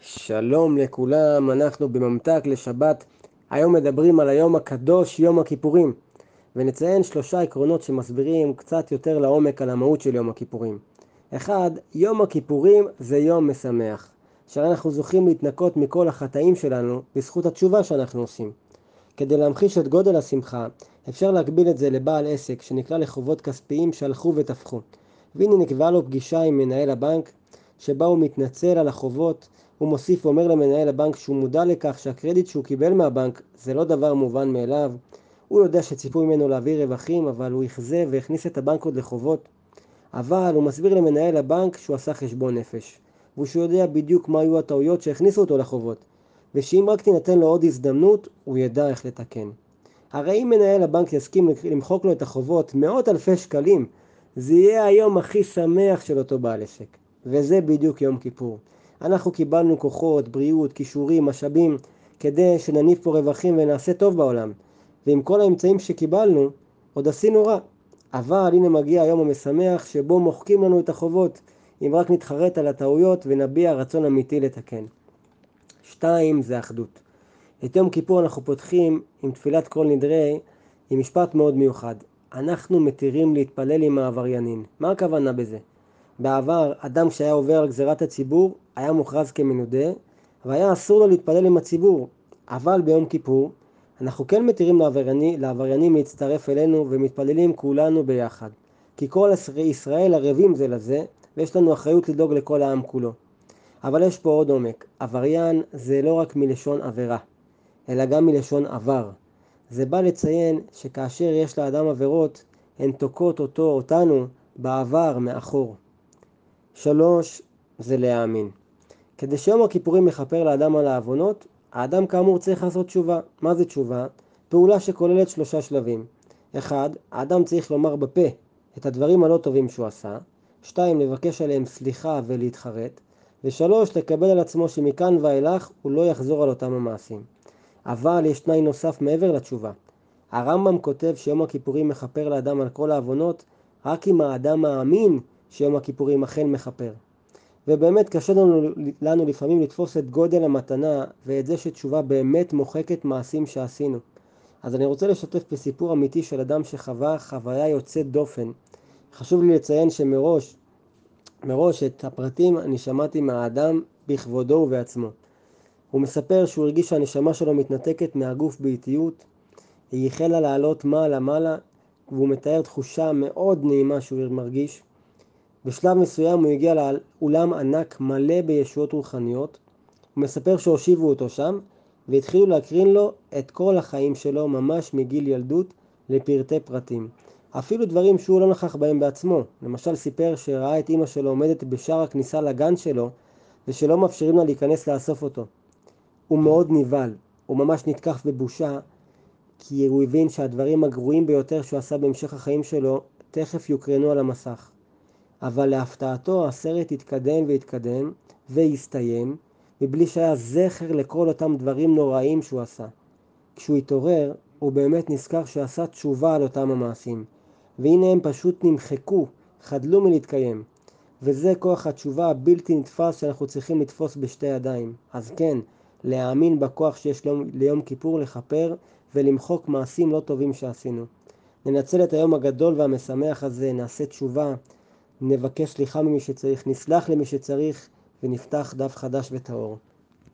שלום לכולם, אנחנו בממתק לשבת. היום מדברים על היום הקדוש, יום הכיפורים, ונציין 3 עקרונות שמסבירים קצת יותר לעומק על המהות של יום הכיפורים. 1. יום הכיפורים זה יום משמח, שאנחנו זוכים להתנקות מכל החטאים שלנו בזכות התשובה שאנחנו עושים. כדי להמחיש את גודל השמחה, אפשר להקביל את זה לבעל עסק שנקלע לחובות כספיים שהלכו ותפחו. והנה נקבעה לו פגישה עם מנהל הבנק, שבה הוא מתנצל על החובות. הוא מוסיף ואומר למנהל הבנק שהוא מודע לכך שהקרדיט שהוא קיבל מהבנק זה לא דבר מובן מאליו. הוא יודע שציפו ממנו להביא רווחים, אבל הוא יחזה והכניס את הבנק עוד לחובות. אבל הוא מסביר למנהל הבנק שהוא עשה חשבון נפש, ושהוא יודע בדיוק מה היו הטעויות שהכניסו אותו לחובות, ושאם רק תינתן לו עוד הזדמנות, הוא ידע איך לתקן. הרי אם מנהל הבנק יסכים למחוק לו את החובות מאות אלפי שקלים, זה יהיה היום הכי שמח של אותו בעל עסק. וזה בדיוק יום כיפור. אנחנו קיבלנו כוחות, בריאות, כישורים, משאבים, כדי שנניף פה רווחים ונעשה טוב בעולם. ועם כל האמצעים שקיבלנו, עוד עשינו רע. אבל הנה מגיע היום המשמח שבו מוחקים לנו את החובות, אם רק נתחרט על הטעויות ונביע רצון אמיתי לתקן. 2. זה אחדות. את יום כיפור אנחנו פותחים עם תפילת כל נדרי, עם משפט מאוד מיוחד. אנחנו מתירים להתפלל עם העבריינים. מה הכוונה בזה? בעבר, אדם שהיה עובר על גזירת הציבור, היה מוכרז כמנודה, והיה אסור לו להתפלל עם הציבור. אבל ביום כיפור, אנחנו כן מתירים לעבריינים להצטרף אלינו ומתפללים כולנו ביחד. כי כל ישראל ערבים זה לזה, ויש לנו אחריות לדאוג לכל העם כולו. אבל יש פה עוד עומק. עבריין זה לא רק מלשון עבירה, אלא גם מלשון עבר. זה בא לציין שכאשר יש לאדם עבירות, הן תוקעות אותנו בעבר מאחור. 3. זה להאמין. כדי שיום הכיפורים יכפר לאדם על העוונות, האדם כאמור צריך לעשות תשובה. מה זה תשובה? פעולה שכוללת 3 שלבים. 1. האדם צריך לומר בפה את הדברים הלא טובים שהוא עשה. 2. לבקש עליהם סליחה ולהתחרט. ו3. לקבל על עצמו שמכאן ואילך הוא לא יחזור על אותם המעשים. אבל יש תנאי נוסף מעבר לתשובה. הרמב"ם כותב שיום הכיפורים מכפר לאדם על כל העוונות, רק אם האדם מאמין שיום הכיפורים אכן מכפר. ובאמת קשה לנו לפעמים לתפוס את גודל המתנה ואת זה שתשובה באמת מוחקת מעשים שעשינו. אז אני רוצה לשתף בסיפור אמיתי של אדם שחווה חוויה יוצאת דופן. חשוב לי לציין שמראש את הפרטים אני שמעתי מהאדם בכבודו ובעצמו. הוא מספר שהוא הרגיש שהנשמה שלו מתנתקת מהגוף באיטיות, היא החלה לעלות מעלה, והוא מתאר תחושה מאוד נעימה שהוא מרגיש. בשלב מסוים הוא הגיע לאולם ענק מלא בישועות רוחניות. הוא מספר שהושיבו אותו שם, והתחילו להקרין לו את כל החיים שלו ממש מגיל ילדות לפרטי פרטים. אפילו דברים שהוא לא נכח בהם בעצמו. למשל סיפר שראה את אמא שלו עומדת בשער הכניסה לגן שלו, ושלא מאפשרים לה להיכנס לאסוף אותו. הוא מאוד נבהל, הוא ממש נתקף בבושה, כי הוא הבין שהדברים הגרועים ביותר שהוא עשה בהמשך החיים שלו תכף יוקרנו על המסך. אבל להפתעתו הסרט התקדם והסתיים, מבלי שהיה זכר לכל אותם דברים נוראים שהוא עשה. כשהוא התעורר, הוא באמת נזכר שעשה תשובה על אותם המעשים, והנה הם פשוט נמחקו, חדלו מלהתקיים. וזה כוח התשובה הבלתי נתפס שאנחנו צריכים לתפוס בשתי ידיים. אז כן, להאמין בכוח שיש ליום כיפור לכפר ולמחוק מעשים לא טובים שעשינו. ננצל את היום הגדול והמשמח הזה, נעשה תשובה, נבקש סליחה ממי שצריך, נסלח למי שצריך, ונפתח דף חדש וטהור.